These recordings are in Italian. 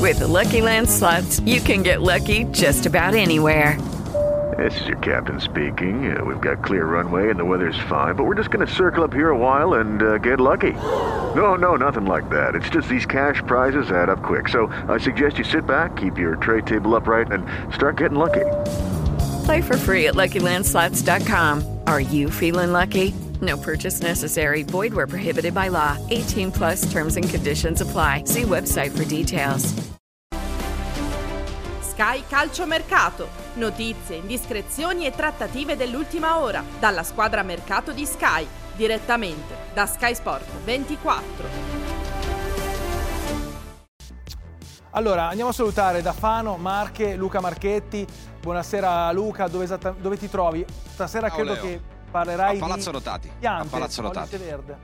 With the Lucky Land Slots, you can get lucky just about anywhere. This is your captain speaking. We've got clear runway and the weather's fine, but we're just going to circle up here a while and get lucky. No, nothing like that. It's just these cash prizes add up quick. So I suggest you sit back, keep your tray table upright, and start getting lucky. Play for free at LuckyLandSlots.com. Are you feeling lucky? No purchase necessary. Void where prohibited by law. 18 plus terms and conditions apply. See website for details. Sky Calciomercato. Notizie, indiscrezioni e trattative dell'ultima ora. Dalla squadra mercato di Sky. Direttamente da Sky Sport 24. Allora, andiamo a salutare da Fano, Marche, Luca Marchetti. Buonasera Luca, dove ti trovi? Stasera Ciao, credo Leo. che parlerai a Palazzo Rotati. Piante, A Palazzo Rotati. Pollice verde.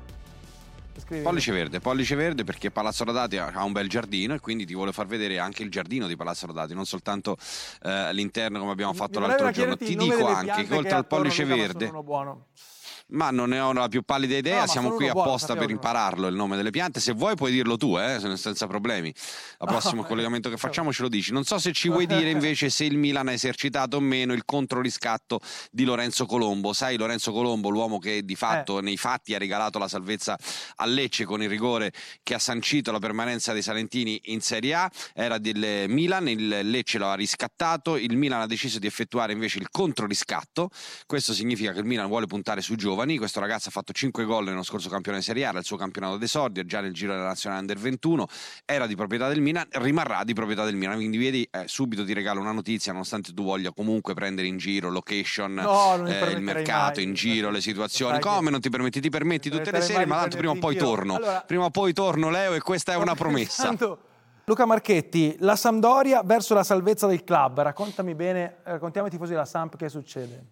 Pollice verde perché Palazzo Rodati ha un bel giardino e quindi ti vuole far vedere anche il giardino di Palazzo Rodati, non soltanto l'interno come abbiamo fatto l'altro giorno. Ti dico anche che oltre al pollice verde, ma non ne ho la più pallida idea, siamo qui apposta per impararlo il nome delle piante. Se vuoi puoi dirlo tu, senza problemi. Al prossimo collegamento che facciamo ce lo dici. Non so se ci vuoi dire invece se il Milan ha esercitato o meno il controriscatto di Lorenzo Colombo. Sai, Lorenzo Colombo, l'uomo che di fatto nei fatti ha regalato la salvezza a Lecce con il rigore che ha sancito la permanenza dei salentini in Serie A, era del Milan, il Lecce lo ha riscattato, il Milan ha deciso di effettuare invece il controriscatto. Questo significa che il Milan vuole puntare sui giovani. Questo ragazzo ha fatto 5 gol nello scorso campione di Serie A, era il suo campionato d'esordio, già nel giro della nazionale Under 21, era di proprietà del Milan, rimarrà di proprietà del Milan, quindi vedi, subito ti regalo una notizia, nonostante tu voglia comunque prendere in giro location, il mercato, mai, in giro le situazioni. Come non ti permetti? Ti permetti tutte le sere, ma tanto prima o poi torno. Allora, prima o poi torno, Leo, e questa è una promessa. Luca Marchetti, la Sampdoria verso la salvezza del club. Raccontami bene, raccontiamo ai tifosi della Samp che succede.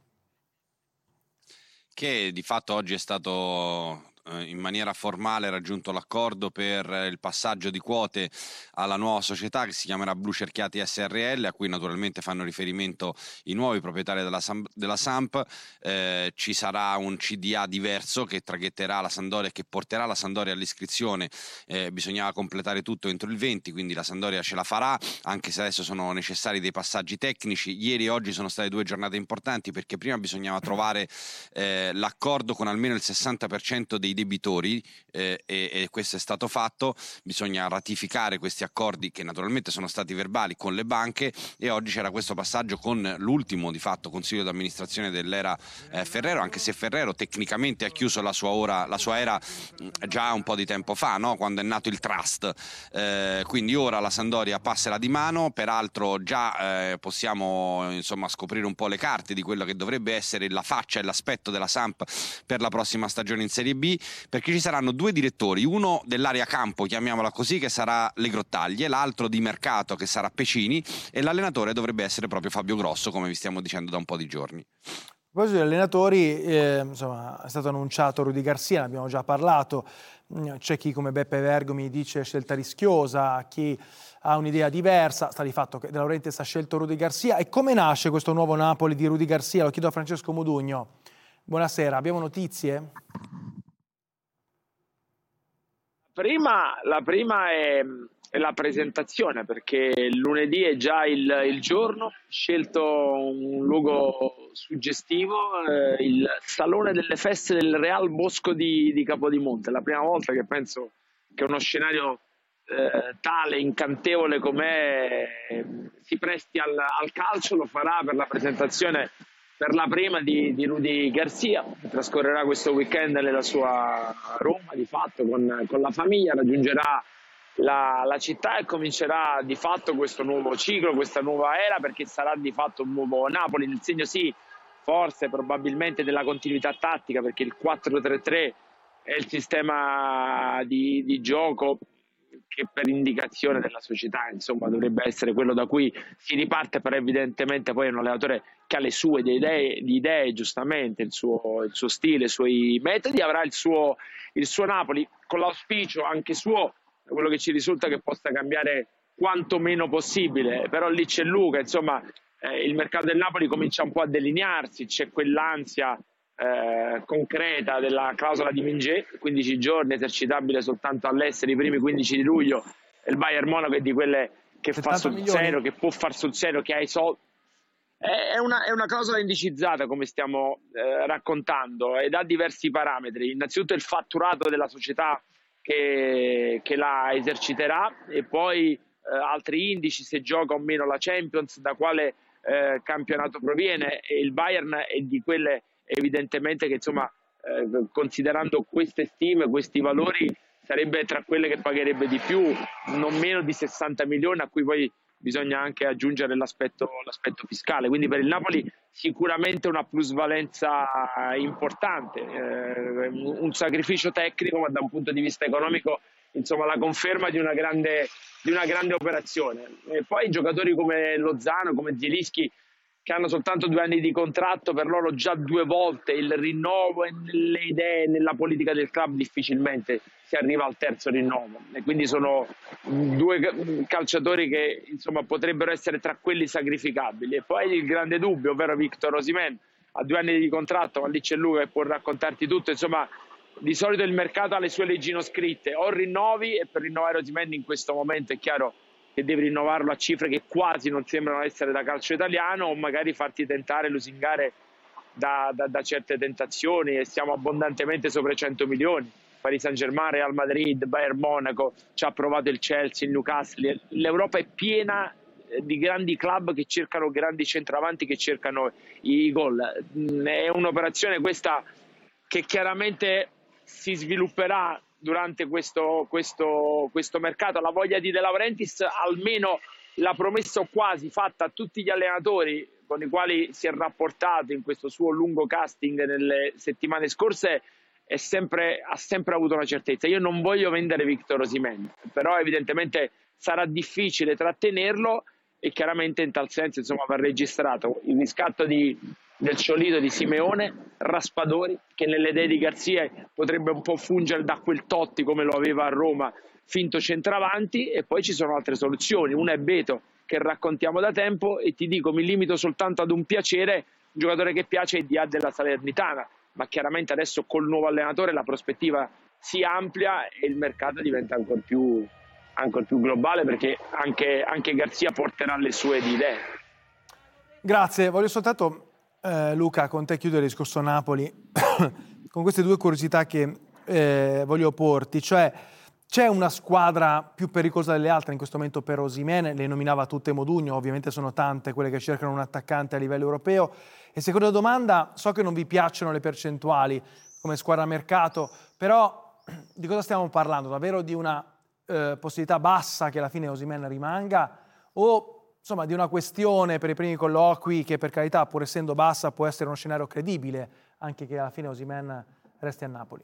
Che di fatto oggi è stato in maniera formale raggiunto l'accordo per il passaggio di quote alla nuova società che si chiamerà Blu Cerchiati SRL, a cui naturalmente fanno riferimento i nuovi proprietari della Samp. Ci sarà un CDA diverso che traghetterà la Sampdoria e che porterà la Sampdoria all'iscrizione. Bisognava completare tutto entro il 20, quindi la Sampdoria ce la farà, anche se adesso sono necessari dei passaggi tecnici. Ieri e oggi sono state 2 giornate importanti perché prima bisognava trovare l'accordo con almeno il 60% dei debitori e questo è stato fatto. Bisogna ratificare questi accordi che naturalmente sono stati verbali con le banche, e oggi c'era questo passaggio con l'ultimo di fatto consiglio d'amministrazione dell'era Ferrero, anche se Ferrero tecnicamente ha chiuso la sua era già un po' di tempo fa, no? Quando è nato il trust, quindi ora la Sampdoria passerà di mano. Peraltro già possiamo insomma scoprire un po' le carte di quello che dovrebbe essere la faccia e l'aspetto della Samp per la prossima stagione in Serie B, perché ci saranno 2 direttori, uno dell'area campo, chiamiamola così, che sarà Le Grottaglie, l'altro di mercato che sarà Pecini, e l'allenatore dovrebbe essere proprio Fabio Grosso, come vi stiamo dicendo da un po' di giorni. A proposito degli allenatori, insomma, è stato annunciato Rudy Garcia, ne abbiamo già parlato. C'è chi come Beppe Vergomi dice scelta rischiosa, chi ha un'idea diversa. Sta di fatto che De Laurentiis ha scelto Rudy Garcia. E come nasce questo nuovo Napoli di Rudy Garcia? Lo chiedo a Francesco Modugno. Buonasera, abbiamo notizie? La prima è la presentazione, perché lunedì è già il giorno, scelto un luogo suggestivo, il Salone delle Feste del Real Bosco di Capodimonte. È la prima volta che penso che uno scenario tale, incantevole com'è, si presti al calcio. Lo farà per la presentazione, per la prima di Rudy Garcia. Trascorrerà questo weekend nella sua Roma, di fatto con la famiglia, raggiungerà la città e comincerà di fatto questo nuovo ciclo, questa nuova era, perché sarà di fatto un nuovo Napoli, nel segno sì, forse probabilmente della continuità tattica, perché il 4-3-3 è il sistema di gioco che per indicazione della società insomma dovrebbe essere quello da cui si riparte, però evidentemente poi è un allenatore che ha le sue idee, giustamente il suo stile, i suoi metodi. Avrà il suo Napoli, con l'auspicio anche suo, quello che ci risulta, che possa cambiare quanto meno possibile, però lì c'è Luca, insomma il mercato del Napoli comincia un po' a delinearsi, c'è quell'ansia concreta della clausola di Minguet, 15 giorni, esercitabile soltanto all'estero i primi 15 di luglio, Il Bayern Monaco è di quelle che fa sul serio, che può far sul serio, che ha i soldi. È una clausola indicizzata, come stiamo raccontando, ed ha diversi parametri. Innanzitutto il fatturato della società che la eserciterà, e poi altri indici, se gioca o meno la Champions, da quale campionato proviene, e il Bayern è di quelle evidentemente che, insomma, considerando queste stime, questi valori, sarebbe tra quelle che pagherebbe di più, non meno di 60 milioni, a cui poi bisogna anche aggiungere l'aspetto fiscale. Quindi per il Napoli sicuramente una plusvalenza importante, un sacrificio tecnico, ma da un punto di vista economico, insomma, la conferma di una grande operazione. E poi giocatori come Lozano, come Zielinski, che hanno soltanto 2 anni di contratto, per loro già 2 volte il rinnovo, e nelle idee, nella politica del club difficilmente si arriva al terzo rinnovo, e quindi sono 2 calciatori che, insomma, potrebbero essere tra quelli sacrificabili. E poi il grande dubbio, ovvero Victor Osimhen, ha 2 anni di contratto, ma lì c'è Luca che può raccontarti tutto. Insomma, di solito il mercato ha le sue leggi non scritte: o rinnovi, e per rinnovare Osimhen in questo momento è chiaro che devi rinnovarlo a cifre che quasi non sembrano essere da calcio italiano, o magari farti tentare, lusingare da certe tentazioni, e siamo abbondantemente sopra i 100 milioni. Paris Saint-Germain, Real Madrid, Bayern Monaco, ci ha provato il Chelsea, il Newcastle. L'Europa è piena di grandi club che cercano grandi centravanti, che cercano i gol. È un'operazione questa che chiaramente si svilupperà durante questo mercato. La voglia di De Laurentiis, almeno la promessa o quasi fatta a tutti gli allenatori con i quali si è rapportato in questo suo lungo casting nelle settimane scorse, ha sempre avuto una certezza: io non voglio vendere Victor Osimhen, però evidentemente sarà difficile trattenerlo, e chiaramente in tal senso, insomma, va registrato il riscatto del Ciolito, di Simeone, Raspadori, che nelle idee di Garzia potrebbe un po' fungere da quel Totti come lo aveva a Roma, finto centravanti. E poi ci sono altre soluzioni. Una è Beto, che raccontiamo da tempo, e ti dico, mi limito soltanto ad un piacere: un giocatore che piace è Dià della Salernitana, ma chiaramente adesso col nuovo allenatore la prospettiva si amplia e il mercato diventa ancora più globale, perché anche Garzia porterà le sue idee. Grazie, voglio soltanto Luca, con te chiudere il discorso Napoli con queste 2 curiosità che voglio porti. Cioè, c'è una squadra più pericolosa delle altre in questo momento per Osimhen? Le nominava tutte Modugno, ovviamente sono tante quelle che cercano un attaccante a livello europeo. E seconda domanda, so che non vi piacciono le percentuali come squadra mercato, però di cosa stiamo parlando? Davvero di una possibilità bassa che alla fine Osimhen rimanga, o insomma di una questione per i primi colloqui che, per carità, pur essendo bassa, può essere uno scenario credibile anche che alla fine Osimhen resti a Napoli?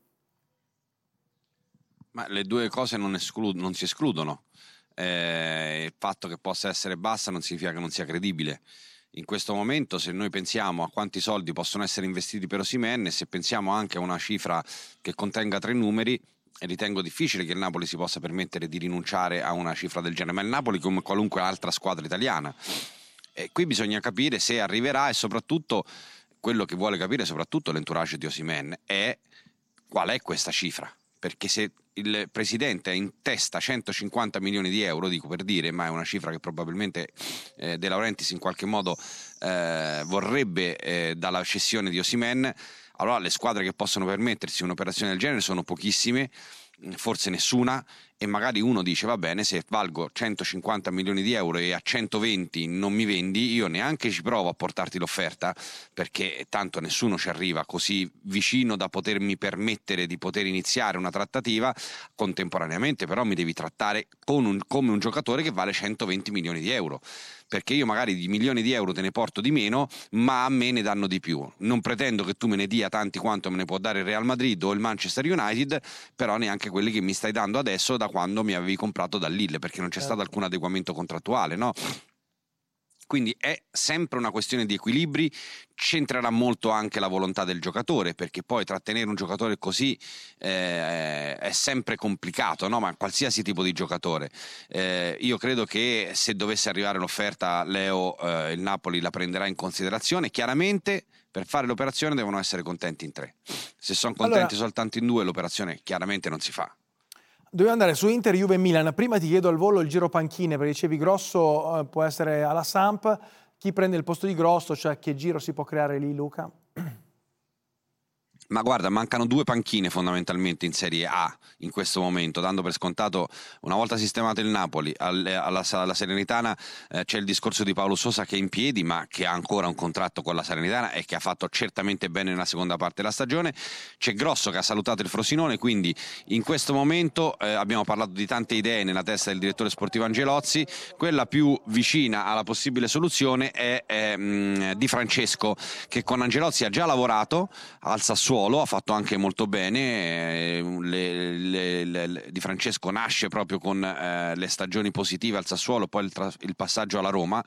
Ma le 2 cose non si escludono. Il fatto che possa essere bassa non significa che non sia credibile. In questo momento, se noi pensiamo a quanti soldi possono essere investiti per Osimhen, e se pensiamo anche a una cifra che contenga 3 numeri, ritengo difficile che il Napoli si possa permettere di rinunciare a una cifra del genere. Ma il Napoli, come qualunque altra squadra italiana, e qui bisogna capire se arriverà, e soprattutto quello che vuole capire soprattutto l'entourage di Osimhen è qual è questa cifra. Perché se il presidente ha in testa 150 milioni di euro, dico per dire, ma è una cifra che probabilmente De Laurentiis in qualche modo vorrebbe dalla cessione di Osimhen, allora le squadre che possono permettersi un'operazione del genere sono pochissime, forse nessuna, e magari uno dice: va bene, se valgo 150 milioni di euro e a 120 non mi vendi, io neanche ci provo a portarti l'offerta, perché tanto nessuno ci arriva così vicino da potermi permettere di poter iniziare una trattativa. Contemporaneamente però mi devi trattare come un giocatore che vale 120 milioni di euro, perché io magari di milioni di euro te ne porto di meno, ma a me ne danno di più. Non pretendo che tu me ne dia tanti quanto me ne può dare il Real Madrid o il Manchester United, però neanche quelli che mi stai dando adesso da quando mi avevi comprato da Lille, perché non c'è stato alcun adeguamento contrattuale, no? Quindi è sempre una questione di equilibri. C'entrerà molto anche la volontà del giocatore, perché poi trattenere un giocatore così è sempre complicato, no? Ma qualsiasi tipo di giocatore. Io credo che se dovesse arrivare l'offerta, Leo, il Napoli la prenderà in considerazione. Chiaramente per fare l'operazione devono essere contenti in 3. Se sono contenti soltanto in 2, l'operazione chiaramente non si fa. Dobbiamo andare su Inter, Juve e Milan. Prima ti chiedo al volo il giro panchine, perché dicevi Grosso può essere alla Samp. Chi prende il posto di Grosso, cioè che giro si può creare lì, Luca? Ma guarda, mancano 2 panchine fondamentalmente in Serie A in questo momento, dando per scontato, una volta sistemato il Napoli, alla Salernitana c'è il discorso di Paolo Sosa che è in piedi, ma che ha ancora un contratto con la Salernitana e che ha fatto certamente bene nella seconda parte della stagione. C'è Grosso che ha salutato il Frosinone, quindi in questo momento abbiamo parlato di tante idee nella testa del direttore sportivo Angelozzi. Quella più vicina alla possibile soluzione è Di Francesco, che con Angelozzi ha già lavorato al Sassuolo, ha fatto anche molto bene. Di Francesco nasce proprio con le stagioni positive al Sassuolo, poi il passaggio alla Roma,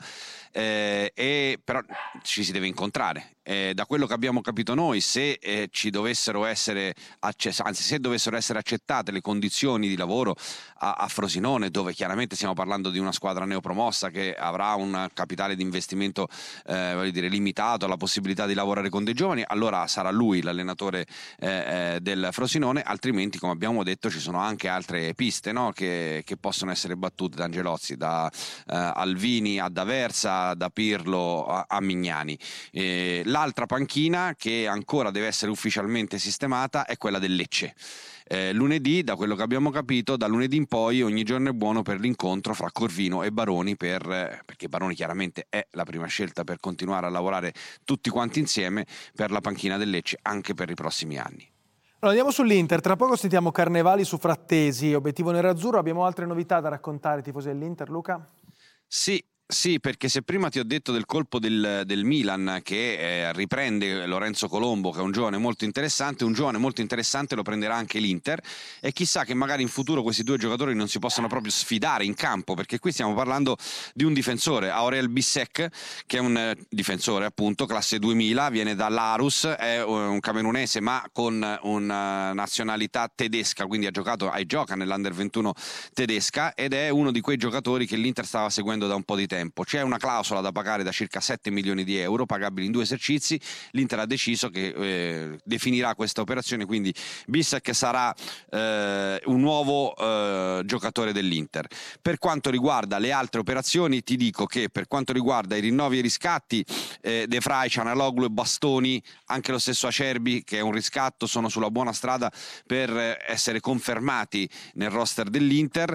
però ci si deve incontrare. Da quello che abbiamo capito noi, se dovessero essere accettate le condizioni di lavoro a Frosinone, dove chiaramente stiamo parlando di una squadra neopromossa che avrà un capitale di investimento limitato, la possibilità di lavorare con dei giovani, allora sarà lui l'allenatore del Frosinone. Altrimenti, come abbiamo detto, ci sono anche altre piste, no? che possono essere battute da Angelozzi, da Alvini a D'Aversa, da Pirlo a Mignani. L'altra panchina che ancora deve essere ufficialmente sistemata è quella del Lecce. Lunedì, da quello che abbiamo capito, da lunedì in poi ogni giorno è buono per l'incontro fra Corvino e Baroni, perché Baroni chiaramente è la prima scelta per continuare a lavorare tutti quanti insieme per la panchina del Lecce anche per i prossimi anni. Allora, andiamo sull'Inter, tra poco sentiamo Carnevali su Frattesi, obiettivo nerazzurro. Abbiamo altre novità da raccontare ai tifosi dell'Inter, Luca? Sì, perché se prima ti ho detto del colpo del Milan che riprende Lorenzo Colombo, che è un giovane molto interessante lo prenderà anche l'Inter, e chissà che magari in futuro questi 2 giocatori non si possano proprio sfidare in campo, perché qui stiamo parlando di un difensore, Aurel Bissek, che è un difensore appunto classe 2000, viene dall'Aarhus, è un camerunese ma con una nazionalità tedesca, quindi gioca nell'Under 21 tedesca, ed è uno di quei giocatori che l'Inter stava seguendo da un po' di tempo. C'è una clausola da pagare da circa 7 milioni di euro, pagabili in 2 esercizi. L'Inter ha deciso che definirà questa operazione, quindi Bissek sarà un nuovo giocatore dell'Inter. Per quanto riguarda le altre operazioni, ti dico che per quanto riguarda i rinnovi e i riscatti, De Vrij, Cianaloglu e Bastoni, anche lo stesso Acerbi, che è un riscatto, sono sulla buona strada per essere confermati nel roster dell'Inter.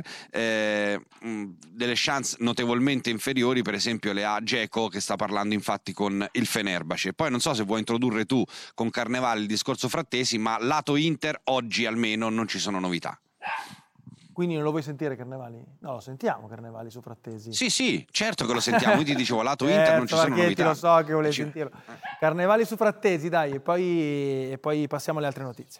Delle chance notevolmente inferiori per esempio le ha Dzeko, che sta parlando infatti con il Fenerbahce. Poi non so se vuoi introdurre tu con Carnevali il discorso Frattesi, ma lato Inter oggi almeno non ci sono novità. Quindi non lo vuoi sentire Carnevali? No, lo sentiamo Carnevali su Frattesi. Sì, certo che lo sentiamo. Io ti dicevo lato Inter non ci sono novità. Lo so che volevi sentirlo. Carnevali su Frattesi, dai, e poi passiamo alle altre notizie.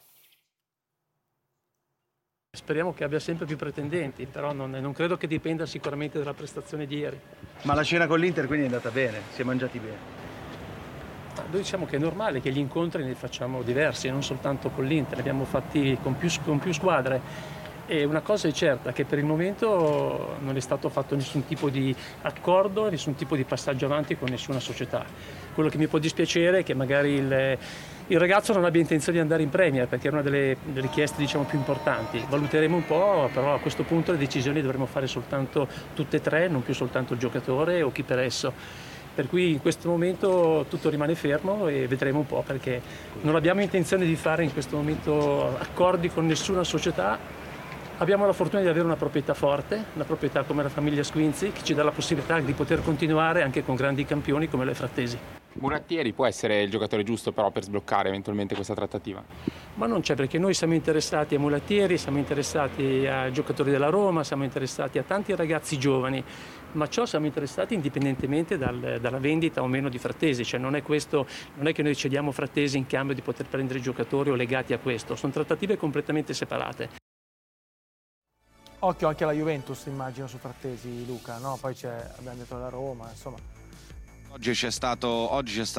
Speriamo che abbia sempre più pretendenti, però non credo che dipenda sicuramente dalla prestazione di ieri. Ma la cena con l'Inter quindi è andata bene, si è mangiati bene? Noi diciamo che è normale che gli incontri ne facciamo diversi, non soltanto con l'Inter, li abbiamo fatti con più squadre. E una cosa è certa, che per il momento non è stato fatto nessun tipo di accordo, nessun tipo di passaggio avanti con nessuna società. Quello che mi può dispiacere è che magari il ragazzo non abbia intenzione di andare in Premier, perché era una delle richieste diciamo più importanti. Valuteremo un po', però a questo punto le decisioni dovremo fare soltanto tutte e 3, non più soltanto il giocatore o chi per esso. Per cui in questo momento tutto rimane fermo e vedremo un po', perché non abbiamo intenzione di fare in questo momento accordi con nessuna società. Abbiamo la fortuna di avere una proprietà forte, una proprietà come la famiglia Squinzi, che ci dà la possibilità di poter continuare anche con grandi campioni come le Frattesi. Murattieri può essere il giocatore giusto però per sbloccare eventualmente questa trattativa? Ma non c'è, perché noi siamo interessati a Murattieri, siamo interessati a giocatori della Roma, siamo interessati a tanti ragazzi giovani, ma ciò siamo interessati indipendentemente dalla vendita o meno di Frattesi, cioè non è che noi cediamo Frattesi in cambio di poter prendere giocatori o legati a questo, sono trattative completamente separate. Occhio anche alla Juventus, immagino, su Frattesi, Luca, no? Poi abbiamo detto la Roma, insomma. Oggi c'è stato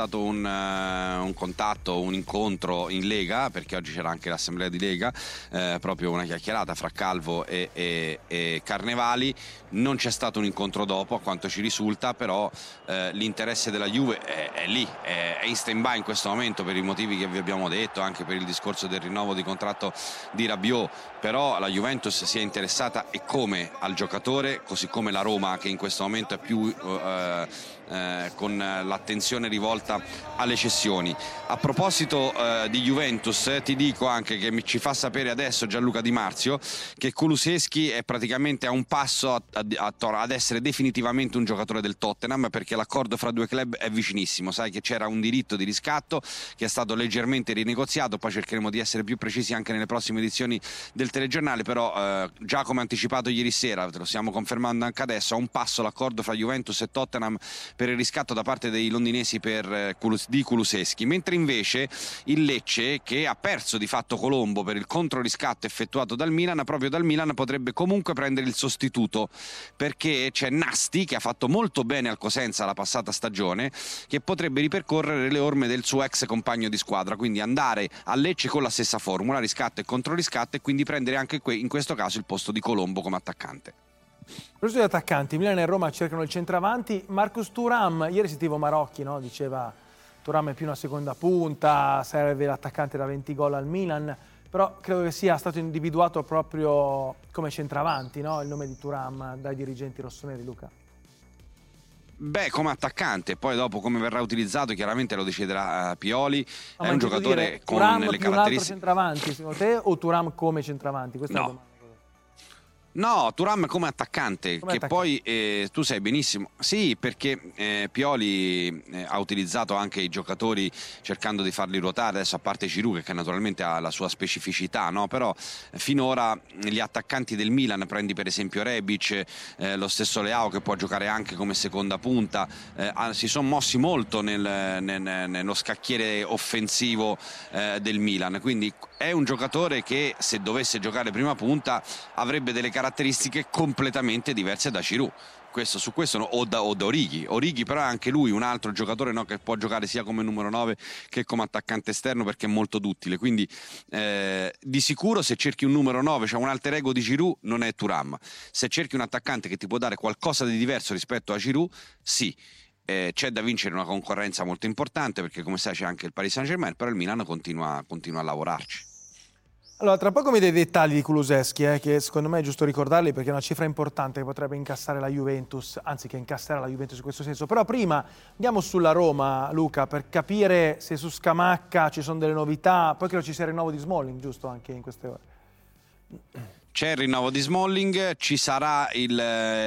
un contatto, un incontro in Lega, perché oggi c'era anche l'assemblea di Lega, proprio una chiacchierata fra Calvo e Carnevali. Non c'è stato un incontro dopo, a quanto ci risulta, però l'interesse della Juve è lì, è in stand-by in questo momento per i motivi che vi abbiamo detto, anche per il discorso del rinnovo di contratto di Rabiot. Però la Juventus si è interessata e come al giocatore, così come la Roma, che in questo momento è più con l'attenzione rivolta alle cessioni. A proposito di Juventus, ti dico anche che ci fa sapere adesso Gianluca Di Marzio che Kulusevski è praticamente a un passo ad essere definitivamente un giocatore del Tottenham, perché l'accordo fra due club è vicinissimo. Sai che c'era un diritto di riscatto che è stato leggermente rinegoziato, poi cercheremo di essere più precisi anche nelle prossime edizioni del telegiornale, però già come anticipato ieri sera, te lo stiamo confermando anche adesso, a un passo l'accordo fra Juventus e Tottenham per il riscatto da parte dei londinesi di Kulusevski, mentre invece il Lecce, che ha perso di fatto Colombo per il controriscatto effettuato dal Milan, proprio dal Milan potrebbe comunque prendere il sostituto, perché c'è Nasti, che ha fatto molto bene al Cosenza la passata stagione, che potrebbe ripercorrere le orme del suo ex compagno di squadra, quindi andare a Lecce con la stessa formula, riscatto e controriscatto, e quindi prendere anche in questo caso il posto di Colombo come attaccante. A proposito di attaccanti, Milan e Roma cercano il centravanti. Marcus Thuram, ieri sentivo Marocchi, no? Diceva Thuram è più una seconda punta, serve l'attaccante da 20 gol al Milan, però credo che sia stato individuato proprio come centravanti, no? Il nome di Thuram dai dirigenti rossoneri, Luca. Beh, come attaccante, poi dopo come verrà utilizzato chiaramente lo deciderà Pioli. È un giocatore con Thuram le più caratteristiche. un altro centravanti secondo te, o Thuram come centravanti? Questa è la domanda. No, Thuram come attaccante, Come che attaccante. poi tu sai benissimo, sì, perché Pioli ha utilizzato anche i giocatori cercando di farli ruotare, adesso a parte Giroud che naturalmente ha la sua specificità, no? Però finora gli attaccanti del Milan, prendi per esempio Rebic, lo stesso Leao che può giocare anche come seconda punta, si sono mossi molto nello scacchiere offensivo del Milan, quindi è un giocatore che se dovesse giocare prima punta avrebbe delle caratteristiche completamente diverse da Giroud. Su questo o da Origi. Origi però è anche lui un altro giocatore, no, che può giocare sia come numero 9 che come attaccante esterno, perché è molto duttile, quindi di sicuro se cerchi un numero 9, cioè un alter ego di Giroud, non è Thuram. Se cerchi un attaccante che ti può dare qualcosa di diverso rispetto a Giroud, sì. C'è da vincere una concorrenza molto importante, perché come sai c'è anche il Paris Saint-Germain, però il Milan continua a lavorarci. Allora, tra poco mi dai dettagli di Kulusevski, che secondo me è giusto ricordarli perché è una cifra importante che potrebbe incassare la Juventus, anzi che incasserà la Juventus in questo senso. Però prima andiamo sulla Roma, Luca, per capire se su Scamacca ci sono delle novità. Poi credo ci sia il rinnovo di Smalling, giusto, anche in queste ore. C'è il rinnovo di Smalling, ci sarà il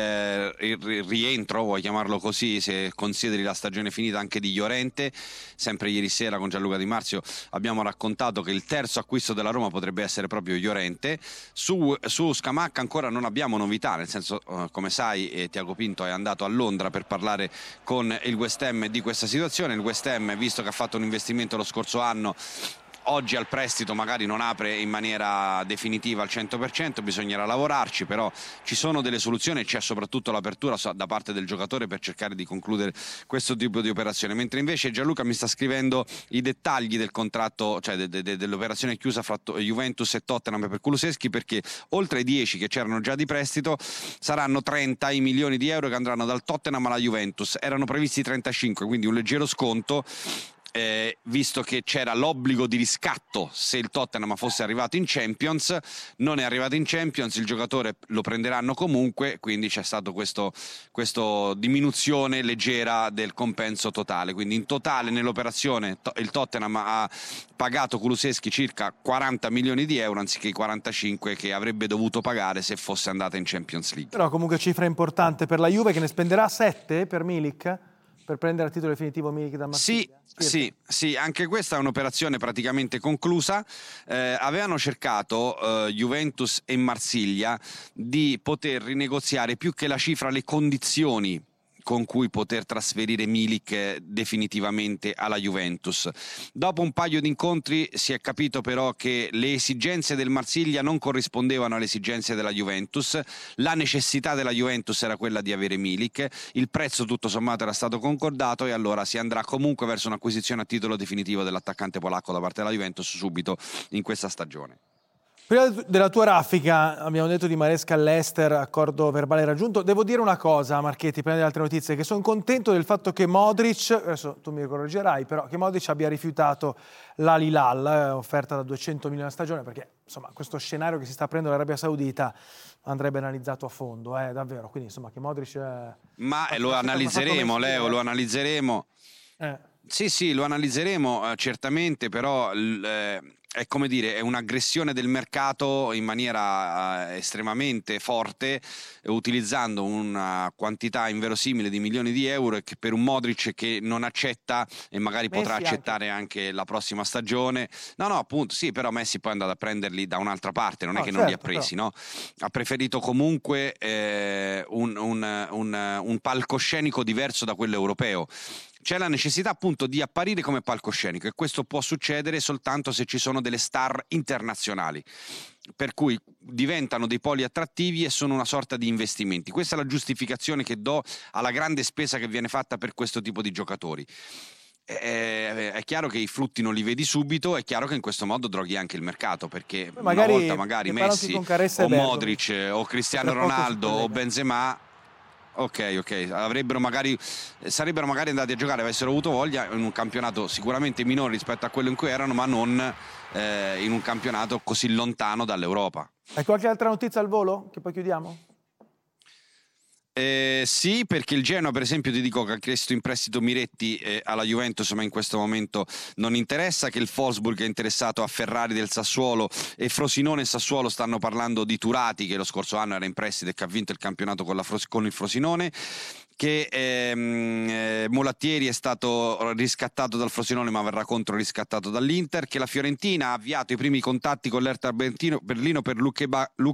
rientro, vuoi chiamarlo così, se consideri la stagione finita, anche di Llorente. Sempre ieri sera con Gianluca Di Marzio abbiamo raccontato che il terzo acquisto della Roma potrebbe essere proprio Llorente. Su Scamacca ancora non abbiamo novità, nel senso, come sai, Tiago Pinto è andato a Londra per parlare con il West Ham di questa situazione. Il West Ham, visto che ha fatto un investimento lo scorso anno, oggi al prestito magari non apre in maniera definitiva al 100%, bisognerà lavorarci, però ci sono delle soluzioni e c'è soprattutto l'apertura da parte del giocatore per cercare di concludere questo tipo di operazione. Mentre invece Gianluca mi sta scrivendo i dettagli del contratto, cioè dell'operazione chiusa fra Juventus e Tottenham per Kulusevski, perché oltre ai 10 che c'erano già di prestito saranno 30 i milioni di euro che andranno dal Tottenham alla Juventus. Erano previsti 35, quindi un leggero sconto. Visto che c'era l'obbligo di riscatto se il Tottenham fosse arrivato in Champions, non è arrivato in Champions, il giocatore lo prenderanno comunque, quindi c'è stato questo diminuzione leggera del compenso totale. Quindi in totale nell'operazione il Tottenham ha pagato Kulusevski circa 40 milioni di euro anziché i 45 che avrebbe dovuto pagare se fosse andata in Champions League. Però comunque cifra importante per la Juve, che ne spenderà 7 per Milik, per prendere a titolo definitivo Milik da Marsiglia. Sì, anche questa è un'operazione praticamente conclusa. Avevano cercato Juventus e Marsiglia di poter rinegoziare più che la cifra, le condizioni con cui poter trasferire Milik definitivamente alla Juventus. Dopo un paio di incontri si è capito però che le esigenze del Marsiglia non corrispondevano alle esigenze della Juventus, la necessità della Juventus era quella di avere Milik, il prezzo tutto sommato era stato concordato e allora si andrà comunque verso un'acquisizione a titolo definitivo dell'attaccante polacco da parte della Juventus subito in questa stagione. Prima della tua raffica abbiamo detto di Maresca all'Ester, accordo verbale raggiunto. Devo dire una cosa, Marchetti, prima delle altre notizie, che sono contento del fatto che Modric, adesso tu mi correggerai, però che Modric abbia rifiutato l'Al Hilal, offerta da 200 milioni a stagione, perché insomma questo scenario che si sta aprendo l'Arabia Saudita andrebbe analizzato a fondo, davvero. Quindi insomma che Modric... Ma lo analizzeremo, Leo, lo analizzeremo. Sì, lo analizzeremo certamente, però... è come dire, è un'aggressione del mercato in maniera estremamente forte, utilizzando una quantità inverosimile di milioni di euro e che per un Modric che non accetta e magari Messi potrà accettare anche la prossima stagione. No, appunto, sì, però Messi poi è andato a prenderli da un'altra parte, non è che non li ha presi, però. No? Ha preferito comunque un palcoscenico diverso da quello europeo. C'è la necessità appunto di apparire come palcoscenico e questo può succedere soltanto se ci sono delle star internazionali, per cui diventano dei poli attrattivi e sono una sorta di investimenti. Questa è la giustificazione che do alla grande spesa che viene fatta per questo tipo di giocatori. È chiaro che i frutti non li vedi subito, è chiaro che in questo modo droghi anche il mercato, perché una volta magari Messi o Modric o Cristiano Ronaldo o Benzema... Ok, sarebbero magari andati a giocare, avessero avuto voglia in un campionato sicuramente minore rispetto a quello in cui erano, ma non in un campionato così lontano dall'Europa. Hai qualche altra notizia al volo che poi chiudiamo? Sì, perché il Genoa per esempio ti dico che ha chiesto in prestito Miretti alla Juventus, ma in questo momento non interessa, che il Wolfsburg è interessato a Ferrari del Sassuolo e Frosinone e Sassuolo stanno parlando di Turati, che lo scorso anno era in prestito e che ha vinto il campionato con il Frosinone, che Mulattieri è stato riscattato dal Frosinone ma verrà controriscattato dall'Inter, che la Fiorentina ha avviato i primi contatti con l'Hertha Berlino per Luque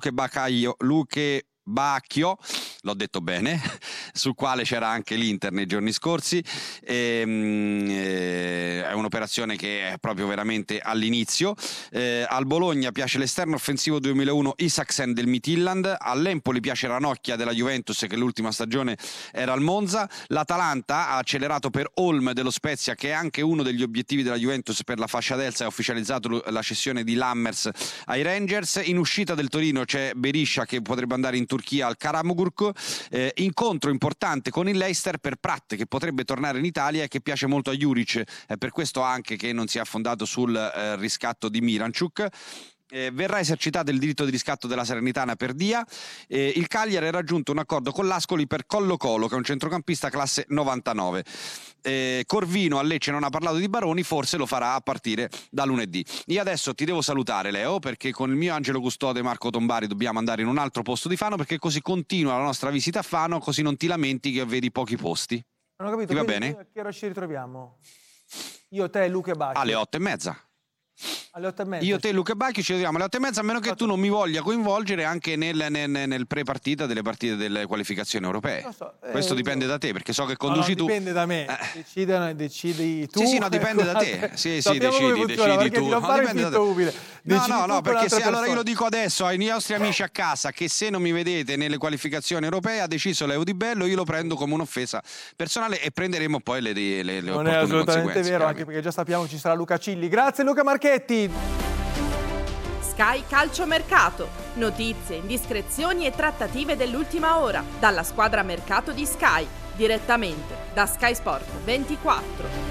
Bacchio, l'ho detto bene, sul quale c'era anche l'Inter nei giorni scorsi. È un'operazione che è proprio veramente all'inizio. Al Bologna piace l'esterno offensivo 2001 Isaksen del Midtjylland, all'Empoli piace Ranocchia della Juventus, che l'ultima stagione era al Monza. L'Atalanta ha accelerato per Holm dello Spezia, che è anche uno degli obiettivi della Juventus per la fascia destra, ha ufficializzato la cessione di Lammers ai Rangers. In uscita del Torino c'è Berisha, che potrebbe andare in Turchia al Karamogurk. Incontro importante con il Leicester per Pratt, che potrebbe tornare in Italia e che piace molto a Juric, per questo anche che non si è affondato sul riscatto di Miranchuk. Verrà esercitato il diritto di riscatto della Salernitana per Dia. Il Cagliari ha raggiunto un accordo con l'Ascoli per Colo-Colo, che è un centrocampista classe 99. Corvino a Lecce non ha parlato di Baroni, forse lo farà a partire da lunedì. Io adesso ti devo salutare, Leo, perché con il mio angelo custode Marco Tombari dobbiamo andare in un altro posto di Fano, perché così continua la nostra visita a Fano, così non ti lamenti che vedi pochi posti. Non ho capito, ti va bene? A che ora ci ritroviamo? Io, te, Luca e Bacchio. Alle 8:30. Alle 8:30. Io, te, Luca e Bacchio ci vediamo alle 8:30, a meno che tu non mi voglia coinvolgere anche nel pre-partita delle partite delle qualificazioni europee. Questo dipende da te, perché so che conduci tu. Dipende da me. Decidi tu. Sì, no, dipende da te. Sì, decidi tu. No, perché se allora io lo dico adesso ai nostri amici a casa, che se non mi vedete nelle qualificazioni europee ha deciso Leo Di Bello, io lo prendo come un'offesa personale e prenderemo poi le non opportune è assolutamente conseguenze. Vero, anche perché già sappiamo ci sarà Luca Cilli. Grazie Luca Marchetti. Sky Calciomercato. Notizie, indiscrezioni e trattative dell'ultima ora dalla squadra mercato di Sky, direttamente da Sky Sport 24.